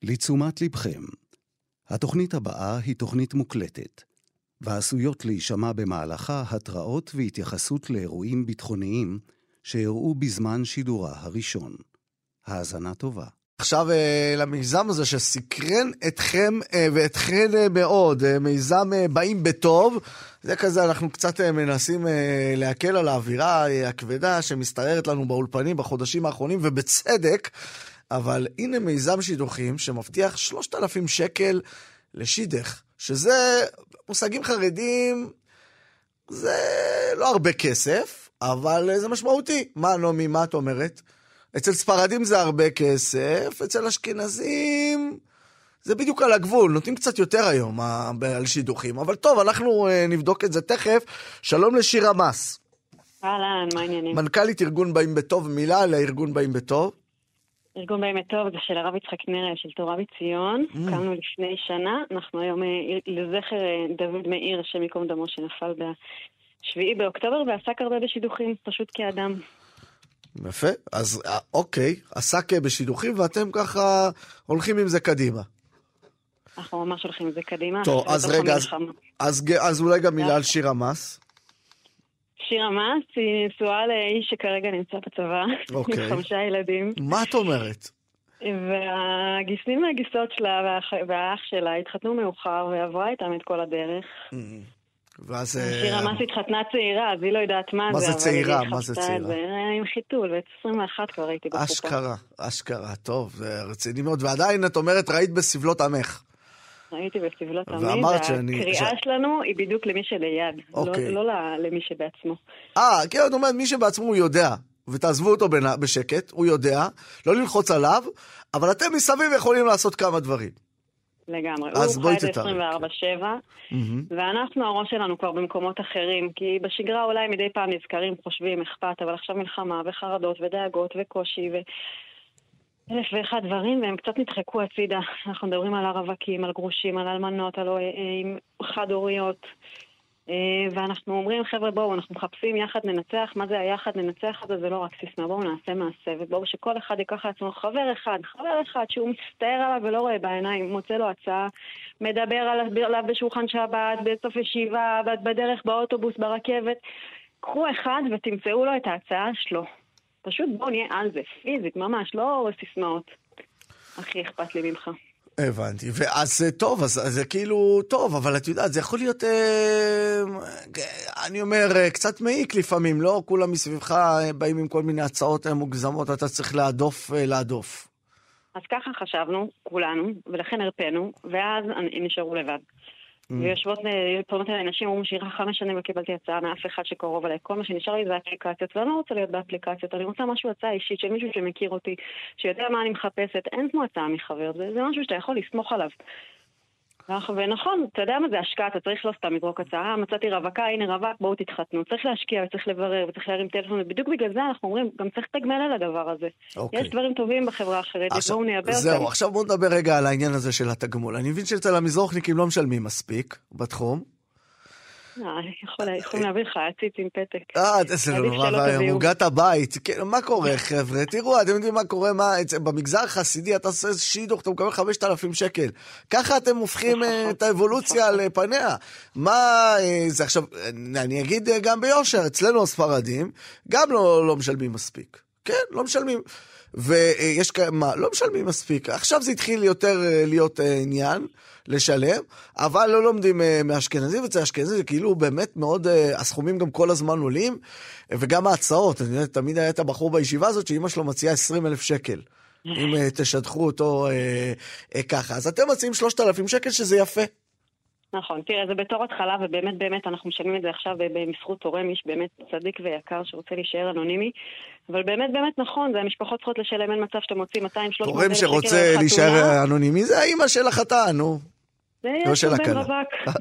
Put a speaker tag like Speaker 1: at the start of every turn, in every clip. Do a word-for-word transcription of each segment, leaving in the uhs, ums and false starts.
Speaker 1: לתשומת לבכם, התוכנית הבאה היא תוכנית מוקלטת, ועשויות להישמע במהלכה התראות והתייחסות לאירועים ביטחוניים שאירעו בזמן שידורה הראשון. האזנה טובה.
Speaker 2: עכשיו למיזם הזה שסקרן אתכם ואתכן מאוד, מיזם באים בטוב, זה כזה אנחנו קצת מנסים להקל על האווירה הכבדה שמסתררת לנו באולפנים בחודשים האחרונים, ובצדק, אבל הנה מיזם שידוכים שמבטיח שלושת אלפים שקל לשידך, שזה מושגים חרדים, זה לא הרבה כסף, אבל זה משמעותי. מה נעמי, מה את אומרת? אצל ספרדים זה הרבה כסף, אצל אשכנזים זה בדיוק על הגבול, נותנים קצת יותר היום על שידוכים, אבל טוב, אנחנו נבדוק את זה תכף. שלום לשירה מס.
Speaker 3: אהלן, מה העניינים?
Speaker 2: מנכ"לית ארגון באים בטוב, מילה על הארגון באים בטוב.
Speaker 3: ארגון באים בטוב זה של הרב יצחק נריה של תורה וציון, קמנו לפני שנה, אנחנו היום לזכר דוד מאיר, השם ייקום דמו, שנפל בשביעי באוקטובר, ועסק הרבה בשידוכים, פשוט כאדם.
Speaker 2: יפה, אז אוקיי, עסק בשידוכים, ואתם ככה הולכים עם זה קדימה.
Speaker 3: אנחנו ממש הולכים עם זה קדימה.
Speaker 2: טוב, אז רגע, אז, אז, אז אולי גם מילה על שירה מס.
Speaker 3: שירה מס היא נשואה לאיש שכרגע נמצא בצבא,
Speaker 2: אוקיי.
Speaker 3: עם חמישה ילדים. מה
Speaker 2: את אומרת?
Speaker 3: והגיסים והגיסות שלה והאח, והאח שלה התחתנו מאוחר, ועברה איתם את כל הדרך.
Speaker 2: ואז...
Speaker 3: שירה מס התחתנה צעירה, אז היא לא יודעת מה,
Speaker 2: מה
Speaker 3: זה.
Speaker 2: זה צעירה? מה זה צעירה?
Speaker 3: זה עם חיתול, ב-עשרים ואחת כבר הייתי בחופה.
Speaker 2: אשכרה, אשכרה, טוב, זה רציני מאוד. ועדיין את אומרת, ראית בסבלות עמך.
Speaker 3: ראיתי בסבלות עמי, והקריאה שלנו היא בדיוק למי שליד, לא למי שבעצמו.
Speaker 2: אה, כן, את אומרת, מי שבעצמו הוא יודע, ותעזבו אותו בשקט, הוא יודע, לא ללחוץ עליו, אבל אתם מסביב יכולים לעשות כמה דברים.
Speaker 3: לגמרי, הוא חי את עשרים וארבע שבע, ואנחנו, הראש שלנו כבר במקומות אחרים, כי בשגרה אולי מדי פעם נזכרים, חושבים, אכפת, אבל עכשיו מלחמה וחרדות ודאגות וקושי ו... אלף ואחד דברים, והם קצת נדחקו הצידה. אנחנו מדברים על הרווקים, על גרושים, על אלמנות, על חד-הוריות, ואנחנו אומרים, חבר'ה, בואו, אנחנו מחפשים יחד ננצח. מה זה היחד ננצח הזה? זה לא רק סיסמה, בואו נעשה מעשה, ובואו שכל אחד ייקח לעצמו חבר אחד, חבר אחד שהוא מסתער עליו ולא רואה בעיניים, מוצא לו הצעה, מדבר עליו בשולחן שבת, בסוף ישיבה, בדרך, באוטובוס, ברכבת. קחו אחד ותמצאו לו את ההצעה שלו. פשוט בוא נהיה על זה, פיזית, ממש, לא סיסמאות. הכי אכפת לי ממך.
Speaker 2: הבנתי, ואז טוב, אז זה כאילו טוב, אבל את יודעת, זה יכול להיות, אה, אני אומר, קצת מעיק לפעמים, לא? כולם מסביבך באים עם כל מיני הצעות מוגזמות, אתה צריך להדוף, להדוף.
Speaker 3: אז ככה חשבנו, כולנו, ולכן הרפאנו, ואז הם נשארו לבד. ויושבות פונות אליי נשים, אומרים שירה חמש שנים לא קיבלתי הצעה מאף אחד שקרוב עליי. כל מה שנשאר לי זה אפליקציות, ואני לא רוצה להיות באפליקציות, אני רוצה משהו הצעה אישית של מישהו שמכיר אותי, שיודע מה אני מחפשת. אין כמו הצעה מחבר, זה, זה משהו שאתה יכול לסמוך עליו. ונכון, אתה יודע מה זה השקעה, אתה צריך לא סתם לזרוק הצעה, מצאתי רווקה, הנה רווק, בואו תתחתנו. צריך להשקיע וצריך לברר וצריך להרים טלפון, ובדיוק בגלל זה אנחנו אומרים, גם צריך לתגמל על הדבר הזה. Okay. יש דברים טובים בחברה החרדית, בואו נייבא אותם.
Speaker 2: זהו, עכשיו בואו נדבר רגע על העניין הזה של התגמול. אני מבין שאצל המזרוחניקים לא משלמים מספיק בתחום.
Speaker 3: יכולים להביא לך עציץ עם פתק.
Speaker 2: אה, זה נורא, מוגת הבית. מה קורה, חבר'ה? תראו, אתם יודעים מה קורה, במגזר החסידי אתה עושה שידוך, אתה מקבל חמשת אלפים שקל. ככה אתם הופכים את האבולוציה על פניה. מה זה עכשיו, אני אגיד גם ביושר, אצלנו הספרדים, גם לא משלמים מספיק. כן, לא משלמים. ויש כמה, לא משלמים מספיק. עכשיו זה התחיל יותר להיות עניין, לשלם, אבל לא לומדים מהאשכנזים, ואצל האשכנזים זה כאילו באמת מאוד, הסכומים גם כל הזמן עולים, וגם ההצעות, אני יודע, תמיד היה את הבחור בישיבה הזאת, שאמא שלו מציעה עשרים אלף שקל, אם תשדחו אותו אה, אה, ככה. אז אתם מציעים שלושת אלפים שקל, שזה יפה.
Speaker 3: נכון, תראה, זה בתור התחלה, ובאמת באמת אנחנו משלמים את זה עכשיו במשרות תורם, איש באמת צדיק ויקר שרוצה להישאר אנונימי, אבל באמת באמת נכון, זה המשפחות צריכות לשלם, אין מצב שאתם מוצאים מאתיים שלוש מאות אלף שקל
Speaker 2: תורם שרוצה להישאר אנונימי, זה האמא של החתן, נו.
Speaker 3: יש לו בן רווק.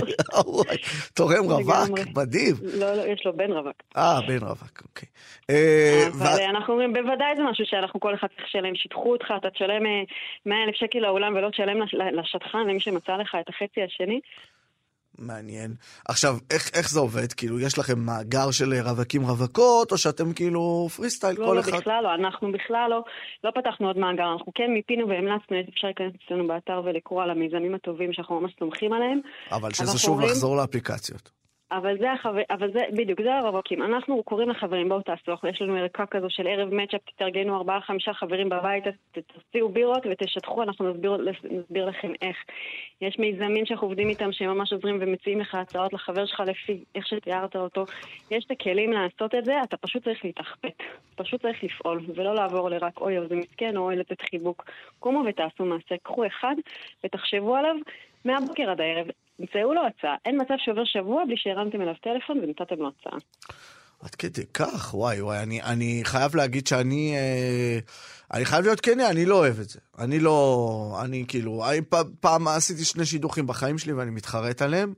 Speaker 2: תורם רווק, מדהים.
Speaker 3: לא, לא, יש לו בן רווק.
Speaker 2: אה, בן רווק, אוקיי.
Speaker 3: אבל אנחנו אומרים, בוודאי זה משהו שאנחנו כל אחד צריך לשלם, שיתחו אותך, אתה תשלם מאה אלף שקל לעולם ולא תשלם לשטחן, למי שמצא לך את החצי השני.
Speaker 2: מעניין. עכשיו, איך, איך זה עובד? כאילו, יש לכם מאגר של רווקים רווקות, או שאתם כאילו פרי סטייל
Speaker 3: לא,
Speaker 2: כל
Speaker 3: לא,
Speaker 2: אחד?
Speaker 3: לא, בכלל לא. אנחנו בכלל לא, לא פתחנו עוד מאגר. אנחנו כן מיפינו והמלצנו, אפשר להיכנס אצלנו באתר ולקרוא על המיזמים הטובים שאנחנו ממש סומכים עליהם.
Speaker 2: אבל שזה שוב
Speaker 3: רואים...
Speaker 2: לחזור לאפליקציות.
Speaker 3: אבל זה, החבר... אבל זה, בדיוק, זה הרווקים. אנחנו קוראים לחברים, בואו תעשו, יש לנו ערכה כזו של ערב מצ'אפ, תתארגנו ארבעה, חמישה חברים בבית, תוציאו בירות ותשטחו, אנחנו נסביר, נסביר לכם איך. יש מיזמים שאנחנו עובדים איתם, שהם ממש עוזרים ומציעים לך הצעות לחבר שלך לפי איך שתיארת אותו. יש את הכלים לעשות את זה, אתה פשוט צריך להתאכפת, פשוט צריך לפעול, ולא לעבור לרק, אוי, זה מסכן, או אוי, לתת חיבוק. קומו ותעשו מעשה, קחו אחד ותחשבו עליו מהבוקר עד הערב. נמצאו לו הצעה. אין מצב שעובר שבוע בלי שהרמתם אליו טלפון ונתתם לו הצעה.
Speaker 2: עד כדי כך, וואי וואי, אני, אני חייב להגיד שאני, אה, אני חייב להיות כנה, אני לא אוהב את זה. אני לא, אני כאילו, אני פ, פעם עשיתי שני שידוכים בחיים שלי ואני מתחרט עליהם.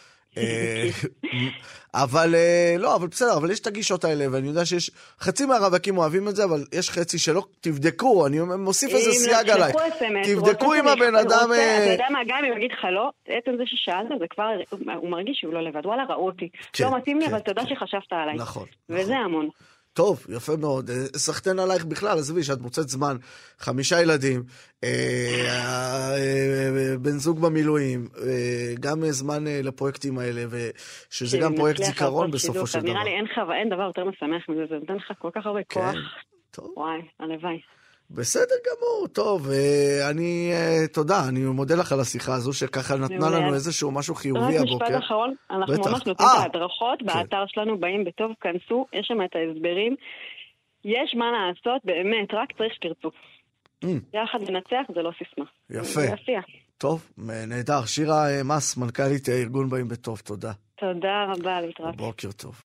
Speaker 2: אבל לא, אבל בסדר, אבל יש את הגישות האלה, ואני יודע שיש חצי מהרווקים אוהבים את זה, אבל יש חצי שלא, תבדקו, אני מוסיף איזה סייג עליי, תבדקו עם הבן אדם.
Speaker 3: אתה יודע מה, גם אם אגיד לך לא, עצם זה ששאלת, זה כבר, הוא מרגיש שהוא לא לבד, וואלה, ראו אותי, לא מתאים לי, אבל תודה שחשבת עליי, וזה המון.
Speaker 2: טוב, יפה מאוד. סחטן עלייך בכלל, עזבי, שאת מוצאת זמן, חמישה ילדים, בן זוג במילואים, גם זמן לפרויקטים האלה, ושזה גם פרויקט זיכרון בסופו של דבר.
Speaker 3: נראה לי, אין דבר יותר משמח מזה, זה נותן לך כל כך הרבה כוח. וואי, הלוואי.
Speaker 2: בסדר גמור, טוב, אני, תודה, אני מודה לך על השיחה הזו, שככה נתנה לנו איזשהו משהו חיובי הבוקר.
Speaker 3: רק משפט אחרון, אנחנו ממש נותנים את ההדרכות, באתר שלנו באים בטוב, כנסו, יש שם את ההסברים, יש מה לעשות, באמת, רק צריך שתרצו. יחד לנצח, זה לא סיסמה.
Speaker 2: יפה. טוב, נהדר. שירה מס, מנכ"לית הארגון באים בטוב, תודה.
Speaker 3: תודה רבה, להתראות.
Speaker 2: בוקר טוב.